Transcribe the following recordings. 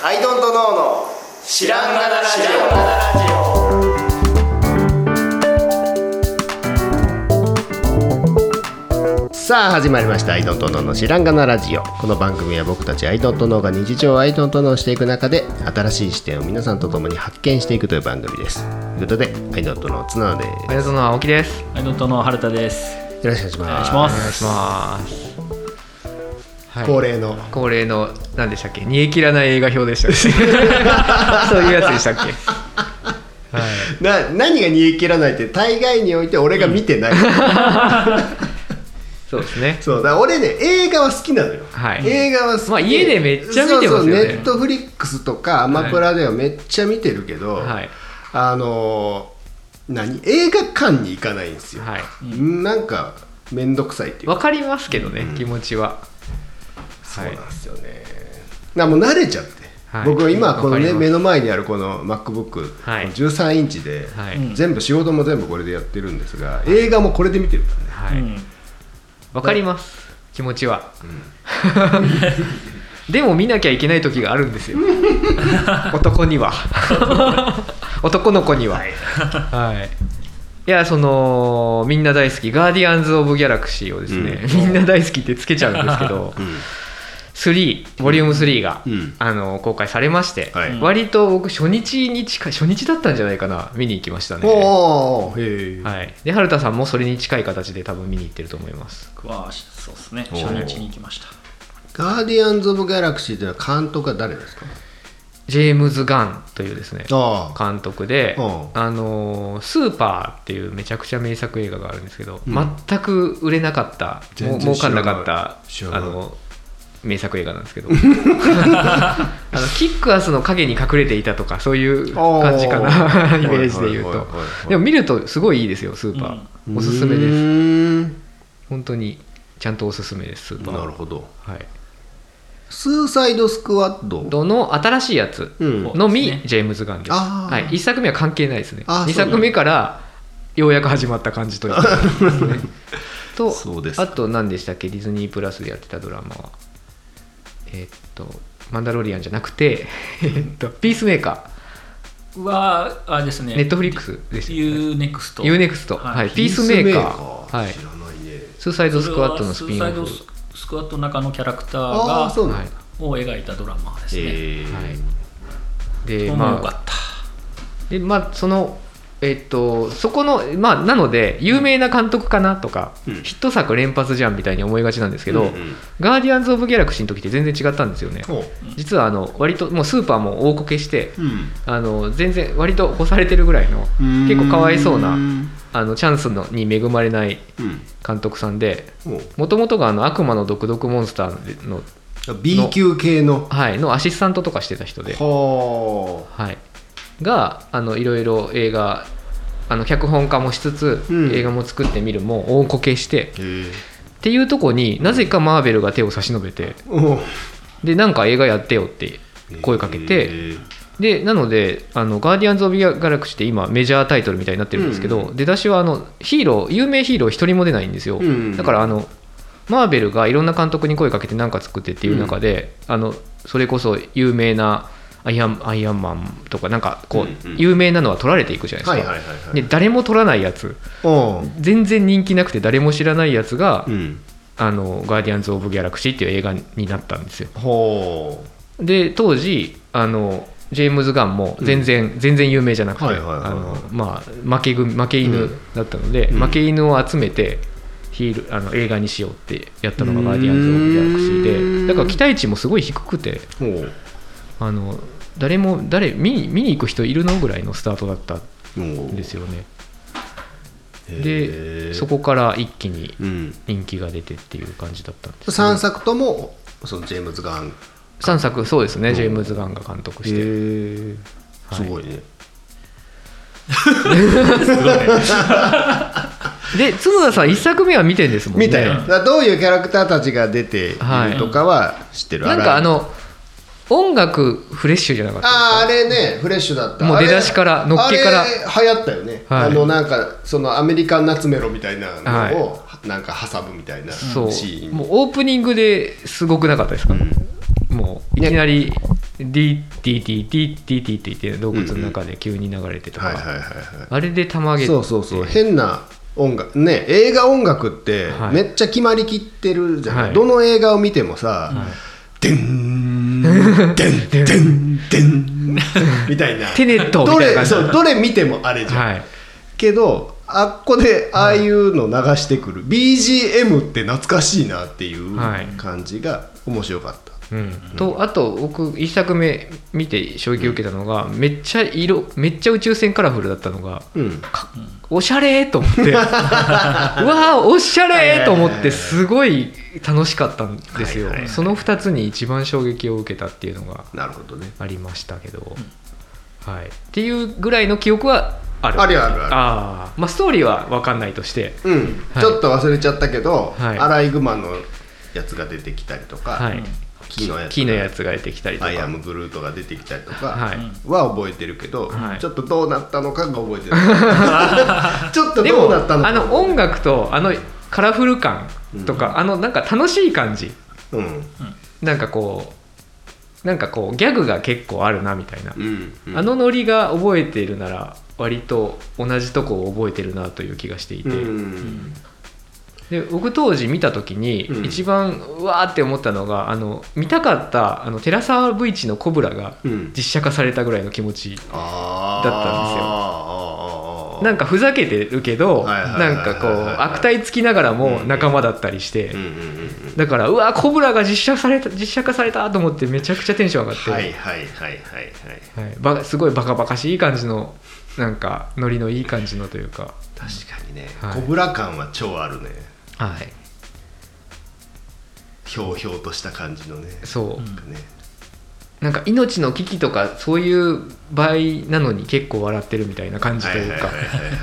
アイドントノーの知らんがなラジオ。さあ始まりましたアイドントノーの知らんがなラジオ。この番組は僕たちアイドントノーが日常をアイドントノーしていく中で新しい視点を皆さんと共に発見していくという番組です。ということでアイドントノー綱野です。 アイドントノー青木です。 アイドントノー春田です。 よろしくお願いします。 お願いします。 お願いします。はい、恒例の何でしたっけ、煮え切らない映画表でしたっけそういうやつでしたっけ、 はい、何が煮え切らないって大概において俺が見てない、 そうですね。 そうだ、俺ね映画は好きなのよ、はい、映画は好き、 まあ、家でめっちゃ見てますよね。 そうネットフリックスとかアマプラではめっちゃ見てるけど、はい、映画館に行かないんですよ、はい、なんかめんどくさいっていうか。 分かりますけどね、気持ちは。 そうなんですよね。もう慣れちゃって、はい、僕は今このね目の前にあるこの MacBook、はい、13インチで、はい、全部仕事も全部これでやってるんですが、はい、映画もこれで見てるからね。 わかります、気持ちは、でも見なきゃいけない時があるんですよ男には男の子には、はいはい、いや、みんな大好きガーディアンズ・オブ・ギャラクシーをですね、みんな大好きってつけちゃうんですけど、3ボリューム3が、公開されまして、はい、割と僕初日だったんじゃないかな、見に行きましたね。はい、で春田さんもそれに近い形で多分見に行ってると思います。 そうですね、初日に行きました。 ガーディアンズ・オブ・ギャラクシーというのは監督は誰ですか？ ジェームズ・ガンというですね監督で、スーパーっていうめちゃくちゃ名作映画があるんですけど、全く売れなかった、儲かんなかった名作映画なんですけどキックアスの影に隠れていたとか、そういう感じかなイメージで言うと。でも見るとすごいいいですよ、スーパー、おすすめです。本当にちゃんとおすすめです、スーパー。 なるほど、 はい。 スーサイドスクワッドの新しいやつのみ、ジェームズ・ガンです。はい、1作目は関係ないですね。2作目からようやく始まった感じというかですねと、あと何でしたっけ、ディズニープラスでやってたドラマはマンダロリアンじゃなくてピースメーカーはあれですね、 ネットフリックスですね。 UNEXT、 はい、ピースメーカー、はい、 知らないね。 スーサイドスクワットのスピンオフ。 スーサイドスクワットの中のキャラクターがを描いたドラマですね。 はい、で、 よかった。 で、そこの、なので有名な監督かなとか、ヒット作連発じゃんみたいに思いがちなんですけど、ガーディアンズ・オブ・ギャラクシーの時って全然違ったんですよね。実は割ともうスーパーも大こけして、全然割と干されてるぐらいの結構かわいそうなチャンスに恵まれない監督さんで、もともとが悪魔の毒々モンスターの B 級系の、 のアシスタントとかしてた人で、がいろいろ映画脚本家もしつつ、映画も作ってみるも大こけしてっていうとこになぜかマーベルが手を差し伸べて、でなんか映画やってよって声かけて、でなのでガーディアンズ・オブ・ギャラクシーって今メジャータイトルみたいになってるんですけど、出だしは有名ヒーロー一人も出ないんですよ。だからマーベルがいろんな監督に声かけて何か作ってっていう中で、それこそ有名なアイアンマンとかなんかこう有名なのは取られていくじゃないですか。で誰も取らないやつ、全然人気なくて誰も知らないやつが、ガーディアンズ・オブ・ギャラクシーっていう映画になったんですよ。で当時ジェームズ・ガンも全然有名じゃなくて、負け犬だったので、負け犬を集めて映画にしようってやったのがガーディアンズ・オブ・ギャラクシーで、だから期待値もすごい低くて、見に行く人いるのぐらいのスタートだったんですよね。でそこから一気に人気が出てっていう感じだったんです、ね。 3作ともそのジェームズ・ガン、 3作そうですね、ジェームズ・ガンが監督して、 すごいねで角田さん1作目は見てるんですもんね。 見たよ。どういうキャラクターたちが出ているとかは知ってる。 なんか音楽フレッシュじゃなかったですか？ あれねフレッシュだった。 もう出だしからのっけからあれ流行ったよね、なんかそのアメリカンナツメロみたいなのをなんか挟むみたいなシーン、 もうオープニングですごくなかったですか？もういきなりディッディディディッディディって言って洞窟の中で急に流れてとか、あれでたまげて、 そう変な音楽ね、映画音楽ってめっちゃ決まりきってるじゃない、どの映画を見てもさ、デンデンデンデンみたいなテネットみたいな感じ、 どれ見てもあれじゃん、けどあっこでああいうの流してくる BGM って懐かしいなっていう感じが面白かった。 とあと僕1作目見て衝撃を受けたのが、めっちゃ宇宙船カラフルだったのが、おしゃれと思ってうわーおしゃれと思ってすごい楽しかったんですよ。その2つに一番衝撃を受けたっていうのがありましたけど、っていうぐらいの記憶はある。まあストーリーは分かんないとして、 ちょっと忘れちゃったけど、アライグマのやつが出てきたりとか、木のやつが出てきたりとか、アイアムグルートが出てきたりとかは覚えてるけど、ちょっとどうなったのかが覚えてないちょっとどうなったのか。 でも音楽とカラフル感とか、なんか楽しい感じ、なんかこうギャグが結構あるなみたいな、ノリが覚えているなら割と同じとこを覚えてるなという気がしていて、で僕当時見た時に一番うわーって思ったのが、見たかった寺澤ブイチのコブラが実写化されたぐらいの気持ちだったんですよ。なんかふざけてるけど、なんかこう悪態つきながらも仲間だったりして、だからうわコブラが実写化されたと思ってめちゃくちゃテンション上がって、すごいバカバカしい感じのなんかノリのいい感じのというか、 確かにね、コブラ感は超あるね。ひょうひょうとした感じのね。 なんか命の危機とかそういう場合なのに結構笑ってるみたいな感じというか、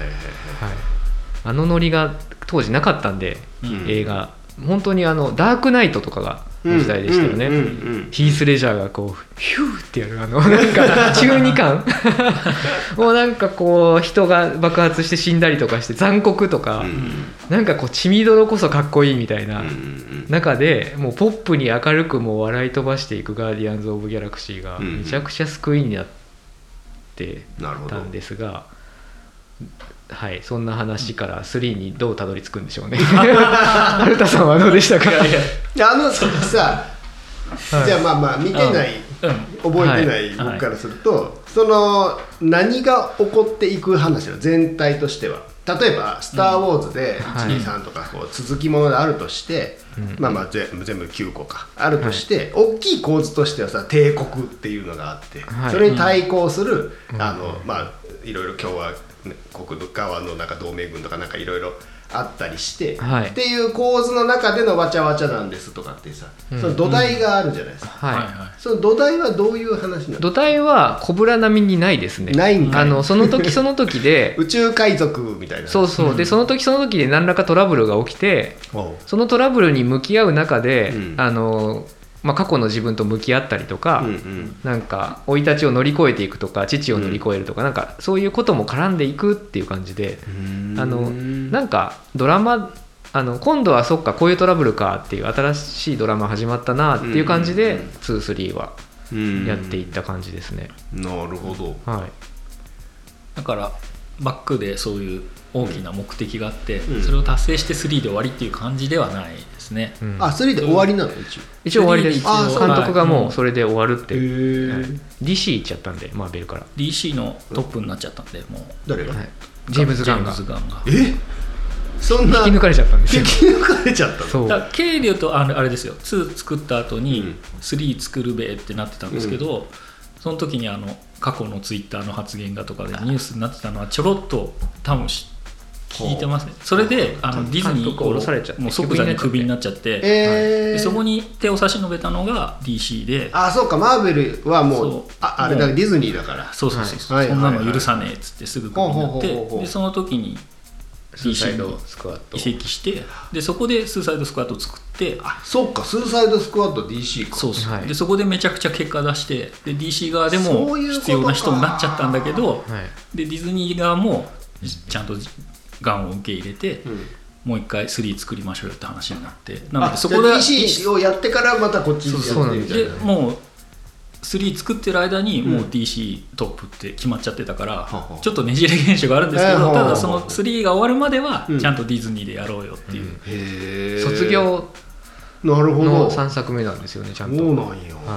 ノリが当時なかったんで、映画本当にダークナイトとかが時代でしたよね。ヒース・レジャーがこうヒューってやるなんか中二感もうなんかこう人が爆発して死んだりとかして残酷とか、なんかこう血みどろこそかっこいいみたいな中で、もうポップに明るくもう笑い飛ばしていくガーディアンズ・オブ・ギャラクシーがめちゃくちゃ救いになってたんですが、そんな話から3にどうたどり着くんでしょうね春田さんはどうでしたか。 さじゃあまあ見てない、覚えてない僕からすると、その何が起こっていく話の全体としては、例えば「スター・ウォーズ」で123とかこう続きものがあるとして、まあ全部9個かあるとして、大きい構図としてはさ、帝国っていうのがあって、それに対抗するまあいろいろ共和国側のなんか同盟軍とかなんかいろいろあったりして、っていう構図の中でのわちゃわちゃなんですとかってさ、その土台があるじゃないですか。その土台はどういう話なの？ 土台はコブラ並みにないですね。 ないんかい。 その時その時で宇宙海賊みたいな。 そうでその時その時で何らかトラブルが起きて、そのトラブルに向き合う中で、過去の自分と向き合ったりとか、なんか生い立ちを乗り越えていくとか、父を乗り越えるとか、なんかそういうことも絡んでいくっていう感じで、なんかドラマ今度はそっかこういうトラブルかっていう新しいドラマ始まったなっていう感じで、2、3はやっていった感じですね。 なるほど。 だからバックでそういう大きな目的があって、それを達成して3で終わりっていう感じではないですね。 3で終わりなの？ 一応終わりです。監督がもうそれで終わるって、DC 行っちゃったんで、マーベルから DC のトップになっちゃったんで、もう誰が？ ジェームズ・ガンがそんな引き抜かれちゃったんですよ。 引き抜かれちゃったの？ だから経理で言うとあれですよ、2作った後に3作るべってなってたんですけど、その時に過去のツイッターの発言がとかでニュースになってたのはちょろっと多分聞いてますね。それでディズニーをもう即座にクビになっちゃって、でそこに手を差し伸べたのが DC で、 そうか、マーベルはもうあれだ、ディズニーだから、 そう、そんなの許さねえっつってすぐクビになって、でその時に DC に移籍して、でそこでスーサイドスクワットを作って、 そうか、スーサイドスクワット DC か。 そう、でそこでめちゃくちゃ結果出して、で DC 側でも必要な人になっちゃったんだけど、でディズニー側もちゃんとガンを受け入れて、もう一回3作りましょうよって話になって、なのでそこで DC をやってからまたこっちにやってみたいな。 でもう 3作ってる間にもう DC トップって決まっちゃってたから、ちょっとねじれ現象があるんですけど、ただその3が終わるまではちゃんとディズニーでやろうよっていう、 卒業の3作目なんですよね、ちゃんと。 そうなんよ、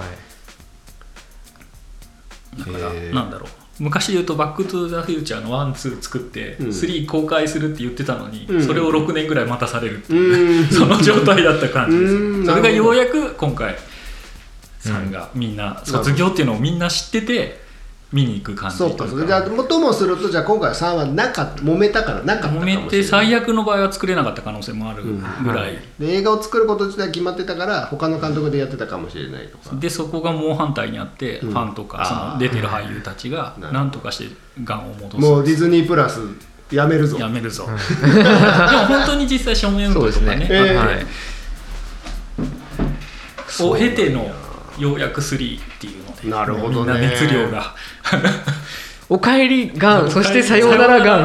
だからなんだろう、昔で言うとバックトゥザフューチャーの1、2作って3公開するって言ってたのに、それを6年ぐらい待たされるっていう、その状態だった感じです。それがようやく今回3がみんな卒業っていうのをみんな知ってて見に行く感じ。 そうか、じゃあともすると、じゃあ今回3は揉めたからなかったかもしれない。 揉めて最悪の場合は作れなかった可能性もあるぐらい、 で映画を作ること自体決まってたから他の監督でやってたかもしれないとかで、そこが猛反対にあって、ファンとかその出てる俳優たちが何とかしてガンを戻す。 もうディズニープラスやめるぞでも本当に実際正面部とかねを経てのようやく3っていうので、 なるほどね、 みんな熱量がおかえりガン、そしてさようならガン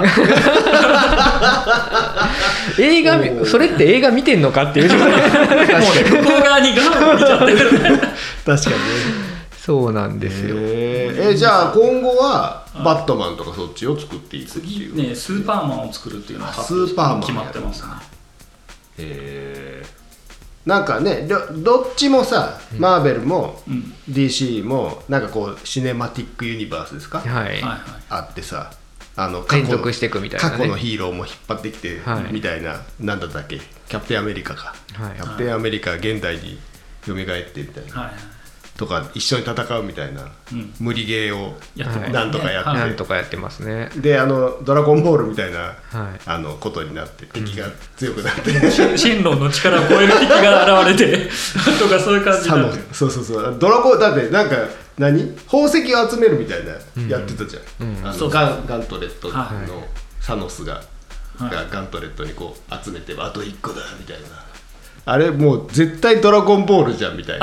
映画それって映画見てんのかっていう状態向こう側にガンを見ちゃってる確かにねそうなんですよ。 じゃあ今後はバットマンとかそっちを作っていくっていう。 次ね、スーパーマンを作るっていうのがスーパーマン決まってますね。なんかね、どっちもさ、マーベルも DC もなんかこうシネマティックユニバースですか、あってさ、 連続していくみたいな、ね、 過去のヒーローも引っ張ってきてみたいな、なんだったっけ、キャプテンアメリカか、キャプテンアメリカ現代に蘇ってみたいな、とか一緒に戦うみたいな、無理ゲーをなんとかやって、 なんとかやってますね。 でドラゴンボールみたいな、ことになって敵が強くなって、 神論の力を超える敵が現れてとかそういう感じになって、 そうドラゴンだってなんか宝石を集めるみたいなやってたじゃん、ガントレットのサノスがガントレットにこう集めてあと1個だみたいな、あれもう絶対ドラゴンボールじゃんみたいな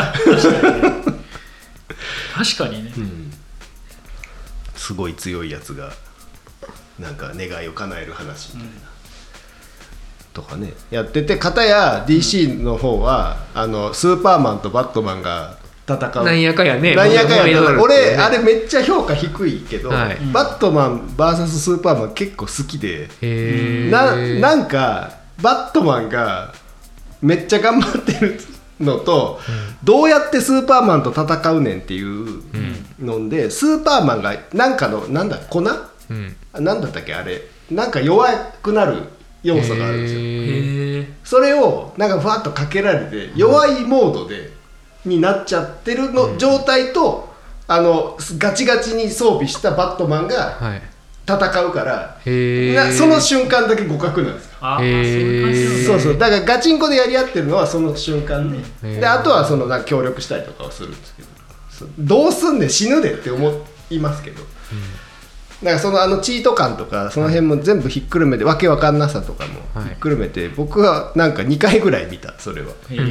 確かにね、 すごい強いやつがなんか願いを叶える話みたいな、とかねやってて、片や DC の方はスーパーマンとバットマンが戦う、 なんやかやね、 俺あれめっちゃ評価低いけど、バットマン VS スーパーマン結構好きで、なんかバットマンがめっちゃ頑張ってるのと、どうやってスーパーマンと戦うねんっていうので、スーパーマンがなんかの粉、なんだったっけ、あれなんか弱くなる要素があるんですよ。それをなんかふわっとかけられて弱いモードになっちゃってるの、状態とガチガチに装備したバットマンが戦うから、その瞬間だけ互角なんですよ。そうだからガチンコでやり合ってるのはその瞬間で、あとはなんか協力したりとかはするんですけど、どうすんねん死ぬでって思いますけど、なんかチート感とかその辺も全部ひっくるめて、わけわかんなさとかもひっくるめて、僕はなんか2回ぐらい見た、それは。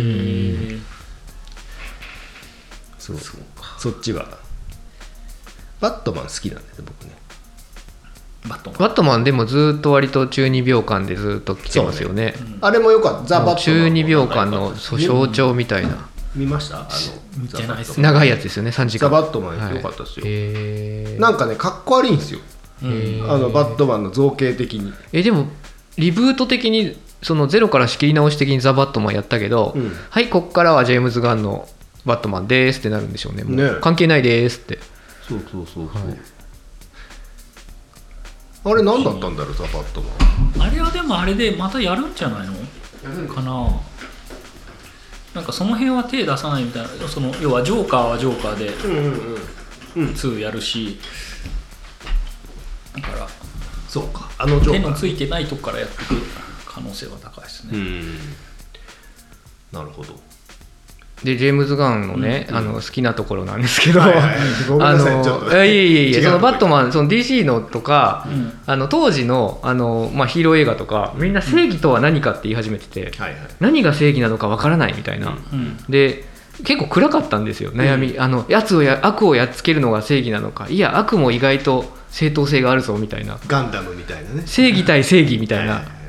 そっちはバットマン好きなんですね、僕ね。 バットマンでもずっと割と中二秒間でずっと来てますよね。 あれもよかった、ザ・バットマン中二秒間の象徴みたいな。 見ました？ 見てないですね。長いやつですよね、3時間。 ザ・バットマンよかったですよ。なんかね、かっこ悪いんですよ、バットマンの造形的に。 でもリブート的にゼロから仕切り直し的にザ・バットマンやったけど、はい、こっからはジェームズ・ガンのバットマンですってなるんでしょうね。もう関係ないですって。 そう、あれ何だったんだろう、ザ・バットマン。 あれはでもあれでまたやるんじゃないのかな。なんかその辺は手出さないみたいな、要はジョーカーはジョーカーで2やるし、だからそうか、 手のついてないとこからやっていく可能性は高いですね。 なるほど。 でジェームズ・ガンのね、好きなところなんですけど、 ごめんなさい、ちょっとそのバットマン、DC のとか、当時のヒーロー映画とか、みんな正義とは何かって言い始めてて、何が正義なのかわからないみたいな、で結構暗かったんですよ、悩み。悪をやっつけるのが正義なのか、いや悪も意外と正当性があるぞみたいな、 ガンダムみたいなね、 正義対正義みたいな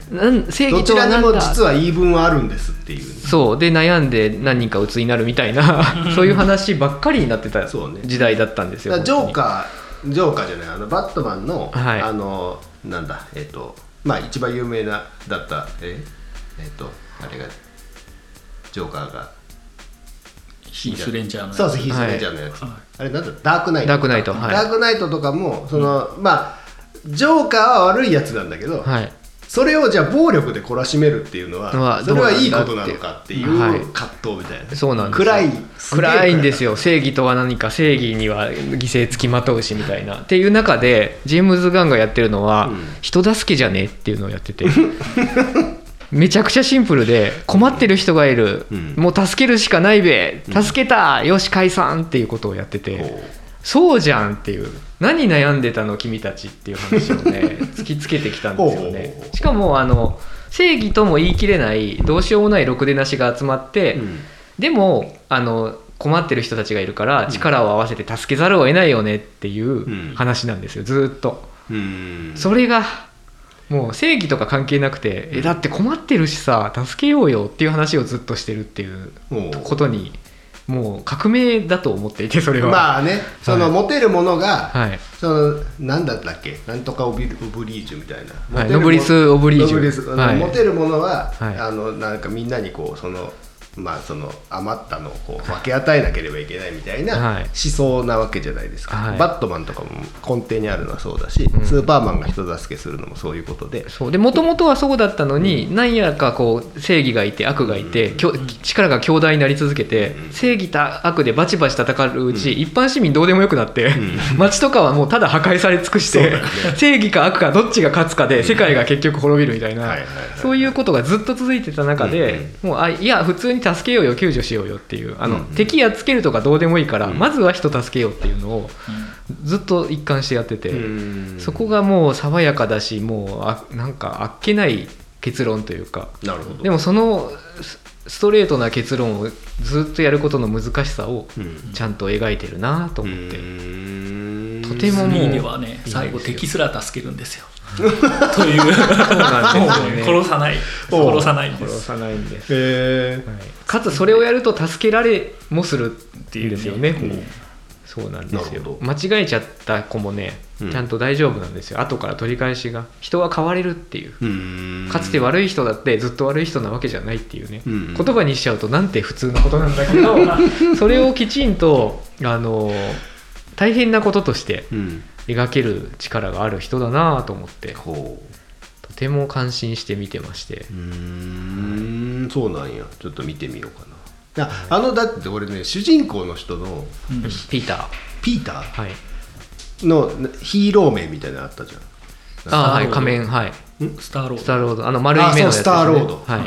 正どちら義とは何だ、 にも実は言い分はあるんですっていう、 そうで悩んで何人か鬱になるみたいなそういう話ばっかりになってた時代だったんですよ。 ジョーカーじゃないバットマンの、 はい、 なんだまあ一番有名なだったあれがジョーカーがヒースレンジャーのやつ、 そうヒースレンジャーのやつ、はい、あれなんだダークナイト、 ダークナイト、はい、 ダークナイトとかもまあジョーカーは悪いやつなんだけど、 はい、 それをじゃあ暴力で懲らしめるっていうのはそれはいいことなのかっていう葛藤みたいな、 そうなんですよ。暗いんですよ。正義とは何か、正義には犠牲つきまとうしみたいなっていう中でジェームズ・ガンがやってるのは、人助けじゃねっていうのをやっててめちゃくちゃシンプルで、困ってる人がいる、もう助けるしかないべ、助けた、よし解散っていうことをやってて、そうじゃんっていう、何悩んでたの君たちっていう話をね突きつけてきたんですよね。しかも正義とも言い切れないどうしようもないろくでなしが集まって、でも困ってる人たちがいるから力を合わせて助けざるを得ないよねっていう話なんですよ、ずっと。それがもう正義とか関係なくて、だって困ってるしさ助けようよっていう話をずっとしてるっていうことに、もう革命だと思っていて、それはまあね、モテるものが、 はい、 なんだったっけ、なんとかオブリージュみたいな、 はい、ノブリス・オブリージュ、 はい、モテるものは、はい、なんかみんなにこう余ったのをこう分け与えなければいけないみたいな思想なわけじゃないですか、はい、バットマンとかも根底にあるのはそうだし、スーパーマンが人助けするのもそういうことで、 もともとはそうだったのに、なんやかこう正義がいて悪がいて、力が強大になり続けて、正義と悪でバチバチ戦ううち、一般市民どうでもよくなって、街とかはもうただ破壊され尽くして、正義か悪かどっちが勝つかで世界が結局滅びるみたいな、そういうことがずっと続いてた中で、もういや普通に助けようよ、救助しようよっていう、敵やっつけるとかどうでもいいから、まずは人助けようっていうのをずっと一貫してやってて、そこがもう爽やかだし、もうなんかあっけない結論というか。 なるほど。 でもそのストレートな結論をずっとやることの難しさをちゃんと描いてるなと思って、とてももうではね、最後敵すら助けるんですよというそうなんですよね、殺さないんです、 かつそれをやると助けられもするっていうんですよね、そうなんですよ。間違えちゃった子もね、ちゃんと大丈夫なんですよ。後から取り返しが、人は変われるっていう、かつて悪い人だってずっと悪い人なわけじゃないっていうね、言葉にしちゃうとなんて普通のことなんだけどそれをきちんと大変なこととして描ける力がある人だなと思って、とても感心して見てまして。 そうなんや、ちょっと見てみようかな。だって俺ね、主人公の人の、 ピーターのヒーロー名みたいなのあったじゃん。 はい、仮面、はい、 スターロード、 丸い目のやつですね。 スターロード、はい、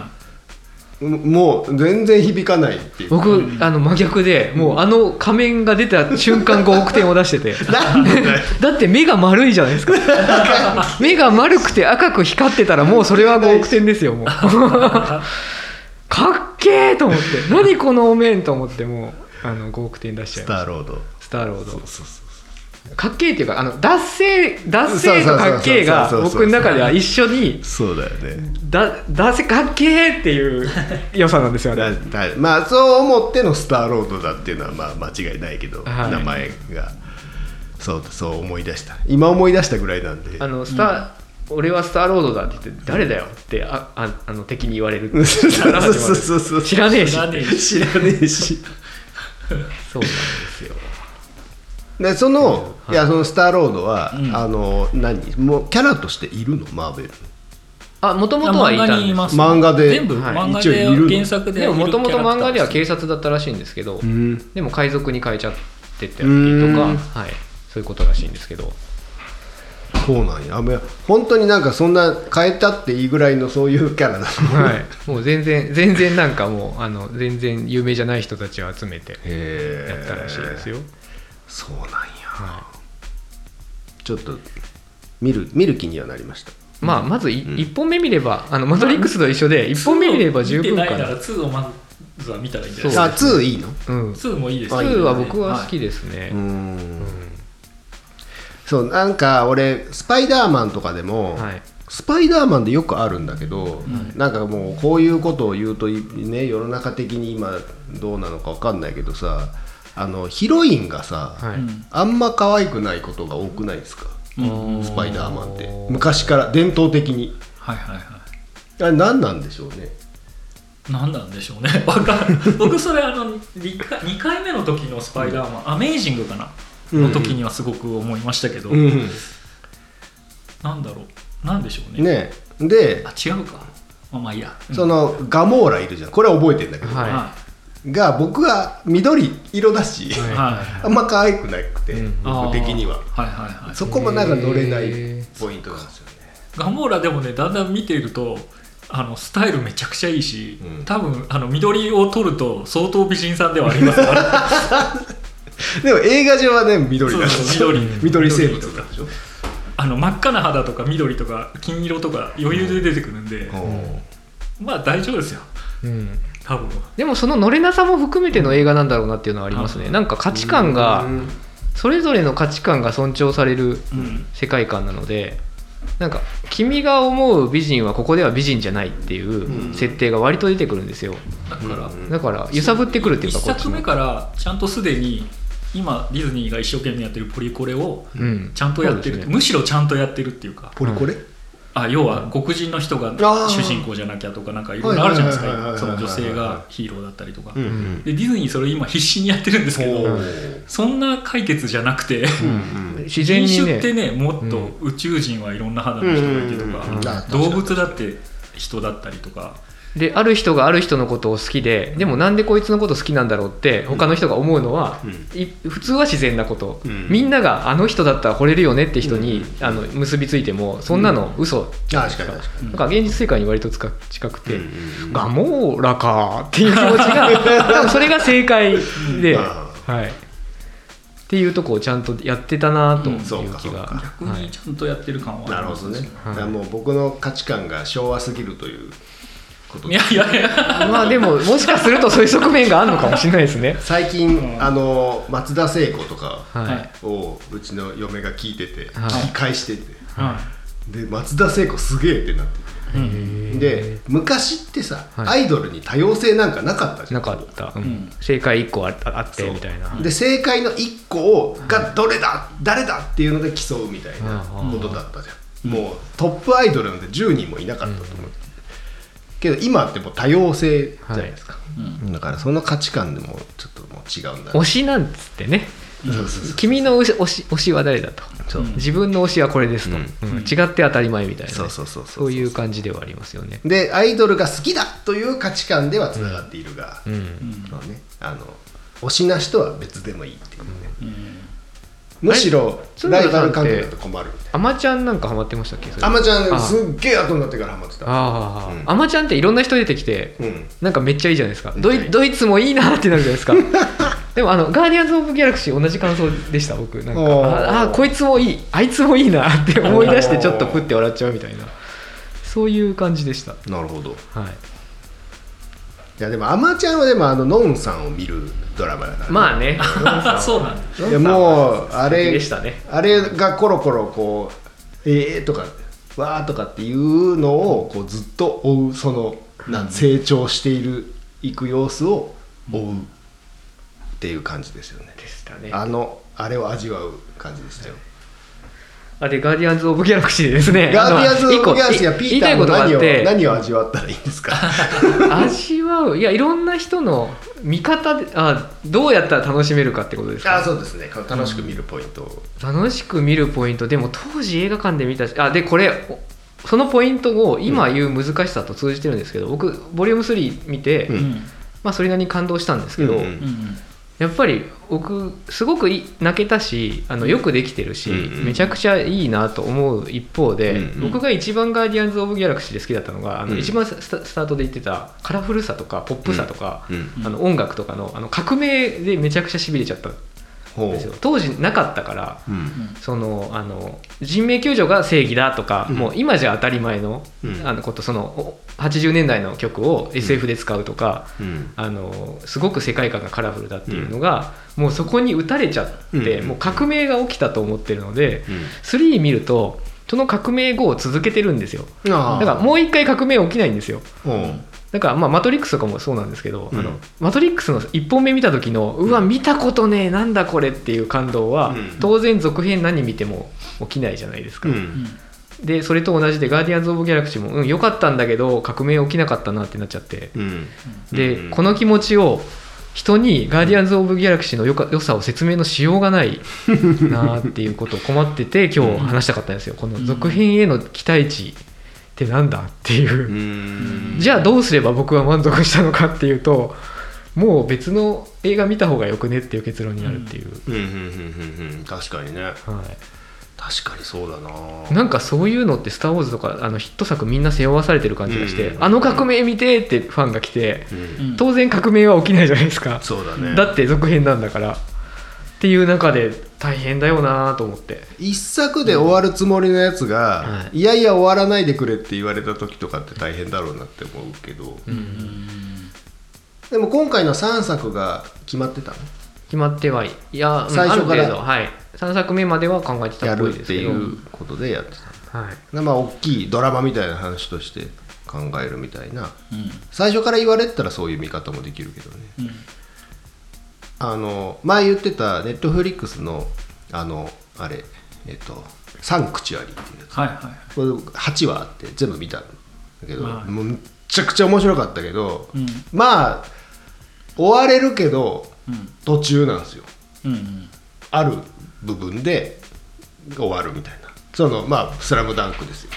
もう全然響かないっていう。 僕真逆で、もう仮面が出た瞬間5億点を出しててだって目が丸いじゃないですか目が丸くて赤く光ってたらもうそれは5億点ですよ、もうかっけーと思って、何このお面と思って、もう5億点出しちゃいました。スターロードそうかっけーっていうか、脱線とかっけーが僕の中では一緒に、 そうだよね、 脱線かっけーっていう良さなんですよねまあそう思ってのスターロードだっていうのはまあ間違いないけど、はい、名前がそう思い出した、今思い出したぐらいなんで、 俺はスターロードだって言って、誰だよって敵に言われる知らねえしそうなんですよ。 でそのスターロードは、もうキャラとしているの、マーベル。 もともとはいたんです。 漫画で全部漫画で原作で、 もともと漫画では警察だったらしいんですけど、でも海賊に変えちゃってたりとか、はい、そういうことらしいんですけど。 そうなんや、本当になんかそんな変えたっていいぐらいのそういうキャラなの、 はい、もう全然なんかもう全然有名じゃない人たちを集めてやったらしいですよ。 そうなんや、はい、ちょっと見る気にはなりました。 まず1本目見れば、マトリックスと一緒で1本目見れば十分かな。 見てないなら2をまずは見たらいいんじゃないですか。 2いいの ？2もいいです。 2は僕は好きですね。 そう、なんか俺スパイダーマンとかでも、 スパイダーマンでよくあるんだけど、なんかもうこういうことを言うとね、世の中的に今どうなのか分かんないけどさ、ヒロインがさ、あんま可愛くないことが多くないですか、スパイダーマンって。昔から伝統的に。あれ何なんでしょうね。 何なんでしょうね。僕それ2回目の時のスパイダーマン、アメイジングかなの時にはすごく思いましたけど、なんだろう、なんでしょうね。で、違うか。まあいいや。 そのガモーラいるじゃん。これは覚えてるんだけど、が僕は緑色だし、あんま可愛くなくて、僕的には。そこもなんか乗れないポイントなんですよね。 ガモーラでもね、だんだん見ているとスタイルめちゃくちゃいいし、多分緑を取ると相当美人さんではありますからでも映画上はね、緑だし、緑生物だでしょ。 真っ赤な肌とか緑とか金色とか余裕で出てくるんで、まあ大丈夫ですよ、多分。 でもその乗れなさも含めての映画なんだろうなっていうのはありますね。なんか価値観が、それぞれの価値観が尊重される世界観なので、なんか君が思う美人はここでは美人じゃないっていう設定が割と出てくるんですよ。だから揺さぶってくるっていうか、 1作目からちゃんとすでに今ディズニーが一生懸命やってるポリコレをちゃんとやってる、むしろちゃんとやってるっていうか。 ポリコレ、 要は黒人の人が主人公じゃなきゃとか、なんかいろいろあるじゃないですか。その女性がヒーローだったりとか、でディズニーそれ今必死にやってるんですけど、そんな解決じゃなくて、 自然にね、 人種ってね、もっと宇宙人はいろんな肌の人がいてとか、動物だって人だったりとかで、ある人がある人のことを好きで、でもなんでこいつのこと好きなんだろうって他の人が思うのは、普通は自然なこと、みんながあの人だったら惚れるよねって人に結びついても、そんなの嘘じゃないですか。なんか現実世界に割と近くて、ガモーラかっていう気持ちが多分それが正解で、っていうとこをちゃんとやってたなという気が、 逆にちゃんとやってる感はありますね。 なるほどね。もう僕の価値観が昭和すぎるといういやまあでももしかするとそういう側面があるのかもしれないですね。 最近松田聖子とかをうちの嫁が聞いてて、聞き返してて、で松田聖子すげえってなってて、で昔ってさ、アイドルに多様性なんかなかったじゃん。 なかった、正解1個あってみたいな。 で正解の1個がどれだ誰だっていうので競うみたいなことだったじゃん。もうトップアイドルなんて10人もいなかったと思うけど、今ってもう多様性じゃないですか、だからその価値観でもちょっともう違うんだ、 推しなんつってね、君の推しは誰だと、自分の推しはこれですと、違って当たり前みたいな、そういう感じではありますよね。 でアイドルが好きだという価値観ではつながっているが、推しな人は別でもいいっていうね、むしろライバル関係だと困るみたいな。 アマちゃんなんかハマってましたっけ？ アマちゃんすっげえ後になってからハマってた。 アマちゃんっていろんな人出てきて、なんかめっちゃいいじゃないですか。ドイツもいいなってなるじゃないですか。でもガーディアンズ・オブ・ギャラクシー同じ感想でした。僕なんかこいつもいい、あいつもいいなって思い出してちょっとプッて笑っちゃうみたいな、そういう感じでした。 なるほど。いやでもアマちゃんはでもノンさんを見るドラマだから、 まあねそうなんだ。 いやもうあれでしたね。 あれがコロコロこうとかわーとかっていうのをこうずっと追う、その成長していく様子を追うっていう感じですよね。 でしたね。 あれを味わう感じでしたよ。 でガーディアンズ・オブ・ギャラクシーでですね、 ガーディアンズ・オブ・ギャラクシーはピーターの何を味わったらいいんですか？ 味わう、いやいろんな人の見方でどうやったら楽しめるかってことですか？ そうですね。楽しく見るポイント、 楽しく見るポイント。でも当時映画館で見たでこれそのポイントを今言う難しさと通じてるんですけど、僕ボリューム3見て、それなりに感動したんですけど、やっぱり僕すごく泣けたし、よくできてるし、めちゃくちゃいいなと思う一方で、僕が一番ガーディアンズ・オブ・ギャラクシーで好きだったのが一番スタートで言ってたカラフルさとかポップさとか、音楽とかの革命でめちゃくちゃしびれちゃったんですよ。当時なかったから、その人命救助が正義だとか、もう今じゃ当たり前のこと、その80年代の曲を SF で使うとか、すごく世界観がカラフルだっていうのが、もうそこに打たれちゃって、もう革命が起きたと思ってるので、3見るとその革命後を続けてるんですよ。だからもう一回革命起きないんですよ。だからマトリックスとかもそうなんですけど、マトリックスの1本目見た時のうわ見たことねえなんだこれっていう感動は、当然続編何見ても起きないじゃないですか。でそれと同じでガーディアンズ・オブ・ギャラクシーも良かったんだけど革命起きなかったなってなっちゃって、でこの気持ちを人にガーディアンズ・オブ・ギャラクシーの良さを説明のしようがないなっていうことを困ってて今日話したかったんですよ。この続編への期待値ってなんだっていう、じゃあどうすれば僕は満足したのかっていうと、もう別の映画見た方がよくねっていう結論になるっていう。 確かにね、確かにそうだな。 なんかそういうのってスター・ウォーズとかヒット作みんな背負わされてる感じがして、革命見てってファンが来て、当然革命は起きないじゃないですか。 そうだね。 だって続編なんだからっていう中で大変だよなと思って、 一作で終わるつもりのやつが、いやいや終わらないでくれって言われた時とかって大変だろうなって思うけど、でも今回の3作が決まってたの？ 決まってはいや最初から、 3作目までは考えてたっぽいですけど、 やるっていうことでやってた、まあ大きいドラマみたいな話として考えるみたいな、最初から言われてたらそういう見方もできるけどね、前言ってたネットフリックスのサンクチュアリーっていうやつ、これ8話あって全部見たんだけど、もうめちゃくちゃ面白かったけど、まあ終われるけど、途中なんですよ、ある部分で終わるみたいな、スラムダンクですよ、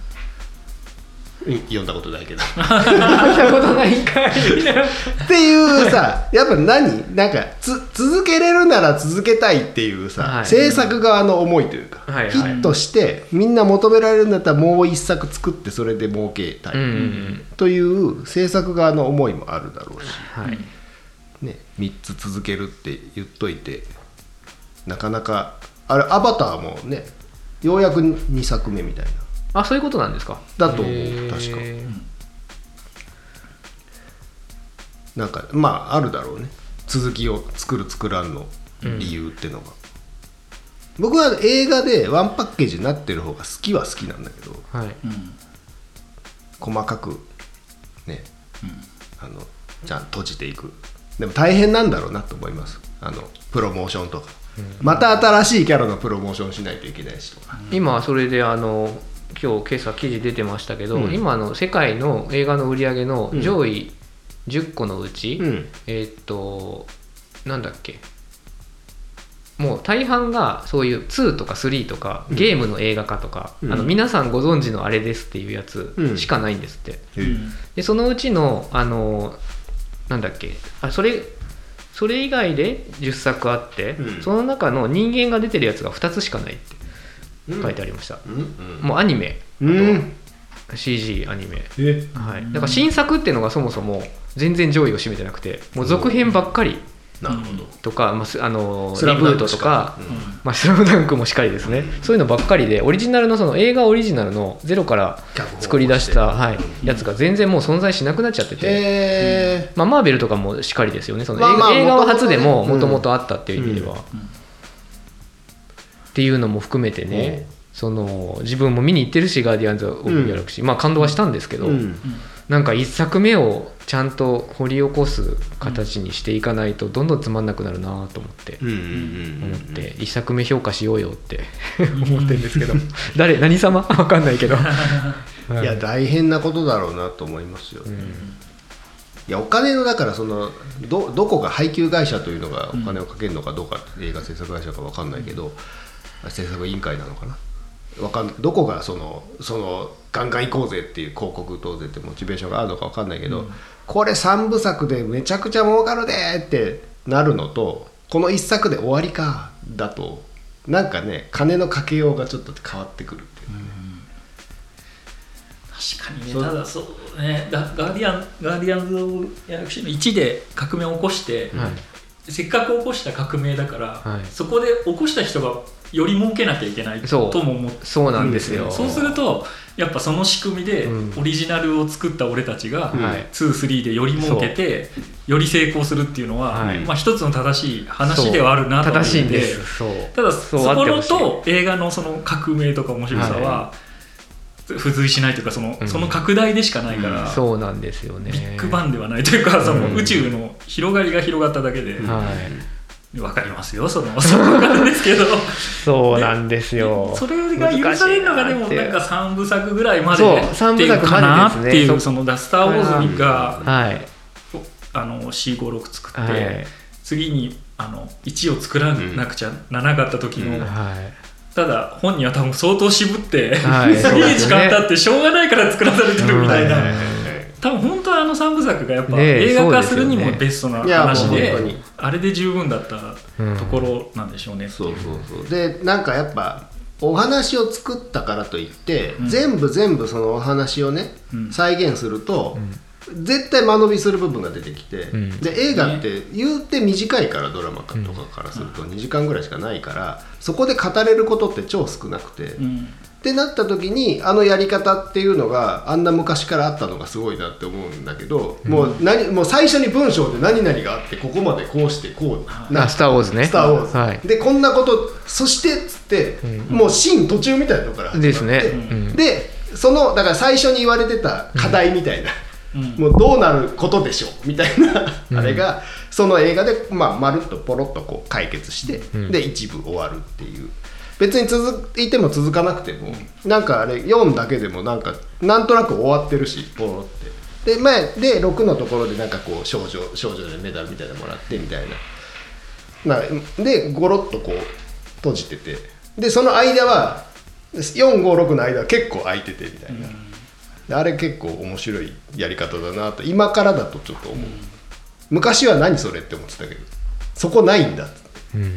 読んだことないけど読んだことないんかいっていうさ、やっぱなんか続けれるなら続けたいっていうさ、制作側の思いというか、ヒットしてみんな求められるんだったらもう一作作ってそれで儲けたいという制作側の思いもあるだろうし、ね、3つ続けるって言っといて、なかなかアバターもねようやく2作目みたいな、 そういうことなんですか。 だと思う、確か、なんかあるだろうね、続きを作らんの理由ってのが、僕は映画でワンパッケージになってる方が好きは好きなんだけど、細かくね、ちゃんと閉じていく。でも大変なんだろうなと思います。プロモーションとか、また新しいキャラのプロモーションしないといけないしとか、 今それで今朝記事出てましたけど、今世界の映画の売り上げの上位10個のうち、なんだっけ、もう大半がそういう2とか3とかゲームの映画化とか、皆さんご存知のあれですっていうやつしかないんですって、でそのうちのなんだっけ、それ以外で10作あって、その中の人間が出てるやつが2つしかないって書いてありました、もうアニメ、あと CG アニメ、だから新作っていうのがそもそも全然上位を占めてなくて、もう続編ばっかりとか、リブートとか、スラムダンクもしっかりですね、そういうのばっかりで、オリジナルのその映画オリジナルのゼロから作り出した、やつが全然もう存在しなくなっちゃってて、マーベルとかもしっかりですよね、その映画は初でももともとあったっていう意味では、っていうのも含めてね、その自分も見に行ってるし、ガーディアンズ・オブ・ギャラクシー、感動はしたんですけど、なんか1作目をちゃんと掘り起こす形にしていかないとどんどんつまんなくなるなと思って1作目評価しようよって思ってるんですけど何様分かんないけどいや大変なことだろうなと思いますよ、いやお金のだからその どこが配給会社というのがお金をかけるのかどうか、映画制作会社か分かんないけど、制作委員会なのかな、どこがそのガンガン行こうぜっていう広告当然ってモチベーションがあるのか分かんないけど、これ3部作でめちゃくちゃ儲かるでってなるのと、この1作で終わりかだとなんかね、金のかけようがちょっと変わってくるっていうかね、 確かにね。ただそうね、ガーディアンズ・オブ・ギャラクシーの1で革命を起こして、 せっかく起こした革命だから、はい、そこで起こした人がより儲けなきゃいけないとも思って、 そうなんですよ。 そうするとやっぱその仕組みでオリジナルを作った俺たちが 2,3 でより儲けてより成功するっていうのは、はい、まあ、一つの正しい話ではあるなと思って、 正しいんです。 ただそこのと映画のその革命とか面白さは付随しないというか、その拡大でしかないから、 そうなんですよね。 ビッグバンではないというか、その宇宙の広がりが広がっただけで、分かりますよ、その感じですけどそうなんですよ。 それが許されるのがでもなんか3部作ぐらいまでっていうかなっていう、そのスター・ウォーズが456作って、次に1を作らなくちゃならなかった時の、ただ本人は多分相当渋ってすげえ時間経ってしょうがないから作らされてるみたいな、多分本当は3部作がやっぱ映画化するにもベストな話で、あれで十分だったところなんでしょうね。 そうで、なんかやっぱお話を作ったからといって、全部そのお話をね、再現すると、絶対間延びする部分が出てきて、で映画って言うて短いから、ドラマとかからすると2時間ぐらいしかないから、そこで語れることって超少なくて、ってなった時にやり方っていうのがあんな昔からあったのがすごいなって思うんだけど、もう最初に文章で何々があって、ここまでこうしてこうスター・ウォーズね、 スター・ウォーズ、はい、でこんなことそしてっつって、もうシーン途中みたいなところから始まって、ですね、でだから最初に言われてた課題みたいな、もうどうなることでしょうみたいなあれがその映画でまるっとポロッとこう解決して、で一部終わるっていう。別に続いても続かなくても、なんかあれ4だけでもなんとなく終わってるし、ポロってで6のところでなんかこう少女でメダルみたいなのもらってみたいなでゴロッとこう閉じてて、でその間は456の間は結構空いててみたいな、あれ結構面白いやり方だなと今からだとちょっと思う。昔は何それって思ってたけど、そこないんだって、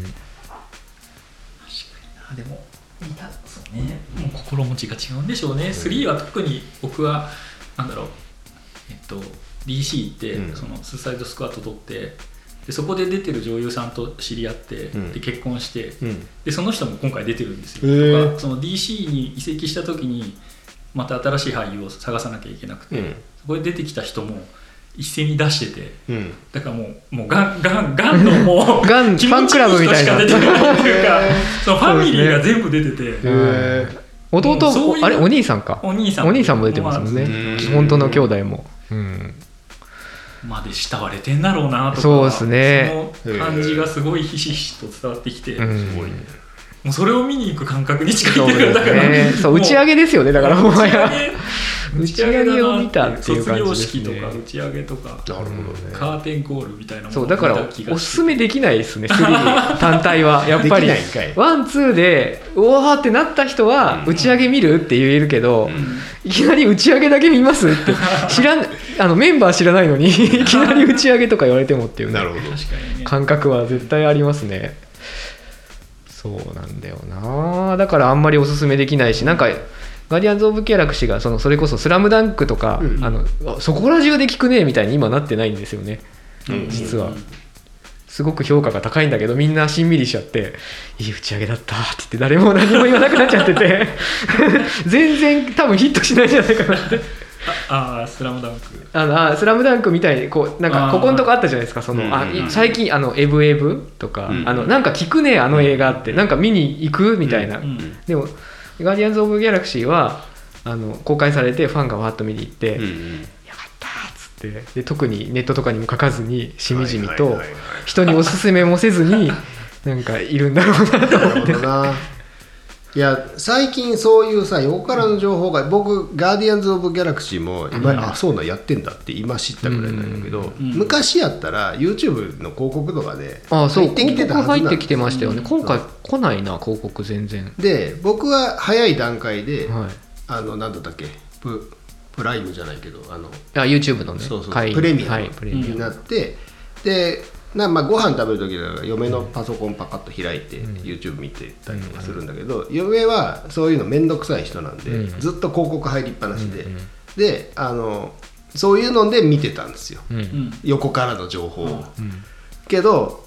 でもそうね、もう心持ちが違うんでしょうね。3は特に僕はなんだろう、DC ってそのスーサイドスクワット撮って、でそこで出てる女優さんと知り合って、で結婚して、でその人も今回出てるんですよ、とかその DC に移籍した時にまた新しい俳優を探さなきゃいけなくて、そこで出てきた人も一斉に出してて、だからもうガンのもうガンファンクラブみたいな、 気持ちいい人しか出てないっていうかそのファミリーが全部出てて、 弟あれお兄さんか、お兄さんも出てますもんね、本当の兄弟も、 まで慕われてんだろうなとか、 そうですね、 その感じがすごいひしひしと伝わってきて、すごいね、もうそれを見に行く感覚に近いっていうだから、 そう打ち上げですよね、だからお前は打ち上げを見たっていう感じですね。 卒業式とか打ち上げとか、カーテンコールみたいなものを見た気がして、 そうだからおすすめできないですね、3単体はやっぱり1、2でうわーってなった人は打ち上げ見るって言えるけど、いきなり打ち上げだけ見ますってメンバー知らないのにいきなり打ち上げとか言われてもっていう、感覚は絶対ありますね。そうなんだよな、だからあんまりおすすめできないし、なんかガーディアンズ・オブ・ギャラクシーがそれこそスラムダンクとか、そこら中で聞くねみたいに今なってないんですよね、実は。すごく評価が高いんだけど、みんなしんみりしちゃって、いい打ち上げだったって言って誰も何も言わなくなっちゃってて全然多分ヒットしないんじゃないかなってスラムダンクスラムダンクみたいになんかここのとこあったじゃないですか、最近エブエブとか、なんか聞くねあの映画って、なんか見に行くみたいな、でもガーディアンズ・オブ・ギャラクシーは公開されてファンがわっと見に行って、よかったっつって、で特にネットとかにも書かずにしみじみと人におすすめもせずになんかいるんだろうなと思っていや最近そういうさ横からの情報が、僕ガーディアンズ・オブ・ギャラクシーも今、そうなんやってんだって今知ったぐらいなんだけど、昔やったら YouTube の広告とかで入ってきてたはずなんですよ。入ってきてましたよね。今回来ないな広告全然で、僕は早い段階で、何だったっけ、プライムじゃないけど YouTube のね、 プレミアムになって、でご飯食べる時だから嫁のパソコンパカッと開いて YouTube 見てたりとかするんだけど、嫁はそういうのめんどくさい人なんで、ずっと広告入りっぱなしで、でそういうので見てたんですよ、横からの情報を、けど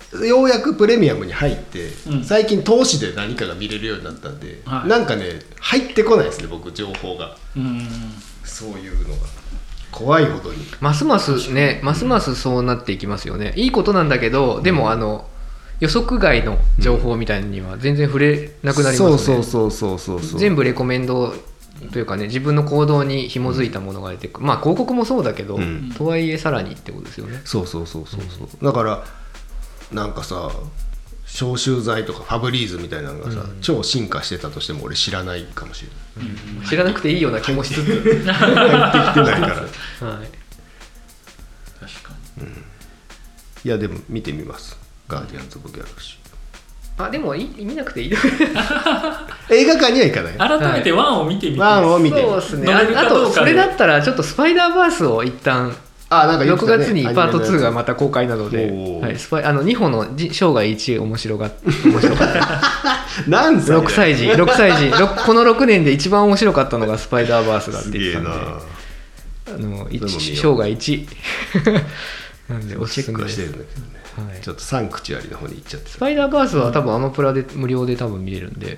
ようやくプレミアムに入って、最近投資で何かが見れるようになったんで、なんかね入ってこないですね僕情報が、そういうのが怖いほどにますますね、ますますそうなっていきますよね。いいことなんだけど、でも予測外の情報みたいには全然触れなくなりますね。そう全部レコメンドというかね、自分の行動に紐づいたものが出てくる。まあ広告もそうだけど、とはいえさらにってことですよね。 そうだからなんかさ、消臭剤とかファブリーズみたいなのがさ、超進化してたとしても俺知らないかもしれない、 知らなくていいような気もしつつ入ってきてないからはい、確かに、 いやでも見てみます、ガーディアンズ・オブ・ギャラクシー。でも見なくていい映画館には行かない。 改めて1を見てみて、 そうですね。あとそれだったらちょっとスパイダーバースを一旦なんか 6月にパート2がまた公開なので、2歩の生涯一面白かった何歳 6歳児この6年で一番面白かったのがスパイダーバースだって言ってたんで、生涯一なんでおすすめです。 チェックしてるんだけどね、ちょっとサンクチュアリの方に行っちゃって、 スパイダーバースは多分アマプラで無料で多分見れるんで、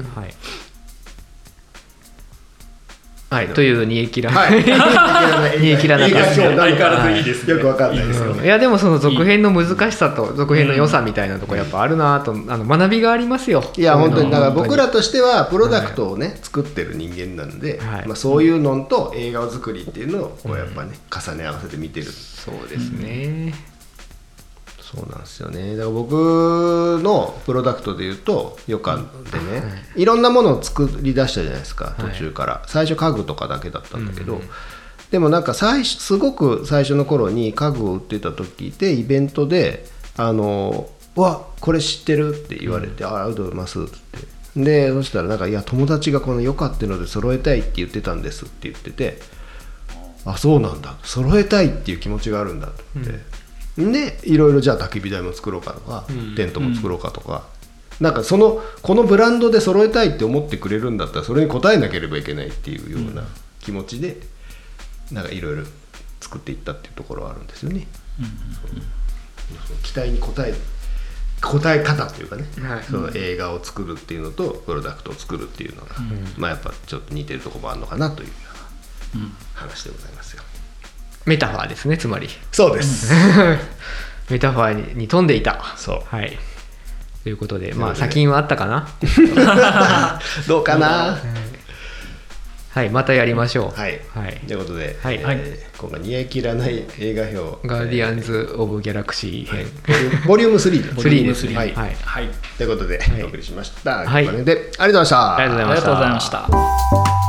という煮え切らない、煮え切らなかった。 相変わらずいいですね。 よくわかんないですよ。 いやでもその続編の難しさと続編の良さみたいなところやっぱあるなと、学びがありますよ。 いや本当にだから僕らとしてはプロダクトをね作ってる人間なんで、そういうのと映画作りっていうのをこうやっぱね重ね合わせて見てる。 そうですね。 そうなんですよね。だから僕のプロダクトでいうと予感でね、いろんなものを作り出したじゃないですか、途中から。最初家具とかだけだったんだけど、でもなんかすごく最初の頃に家具を売ってた時でイベントでわこれ知ってるって言われて、ありがとうございますって言って、でそしたらなんかいや友達がこの良かっていうので揃えたいって言ってたんですって言ってて、あそうなんだ、揃えたいっていう気持ちがあるんだと思って、でいろいろじゃあ焚き火台も作ろうかとか、テントも作ろうかとか、なんかこのブランドで揃えたいって思ってくれるんだったらそれに応えなければいけないっていうような気持ちでなんかいろいろ作っていったっていうところはあるんですよね、その期待に応え方というかね、その映画を作るっていうのとプロダクトを作るっていうのが、まあやっぱちょっと似てるところもあるのかなというような話でございますよ。 メタファーですね、つまり。 そうですメタファーに富んでいた。 そう、 ということで、まあ先はあったかなどうかな、 またやりましょう。 ということで、今回煮え切らない映画表ガーディアンズ・オブ・ギャラクシー編、 ボリューム3 ですね。 ということでお送りしました。ここまででありがとうございました。 ありがとうございました。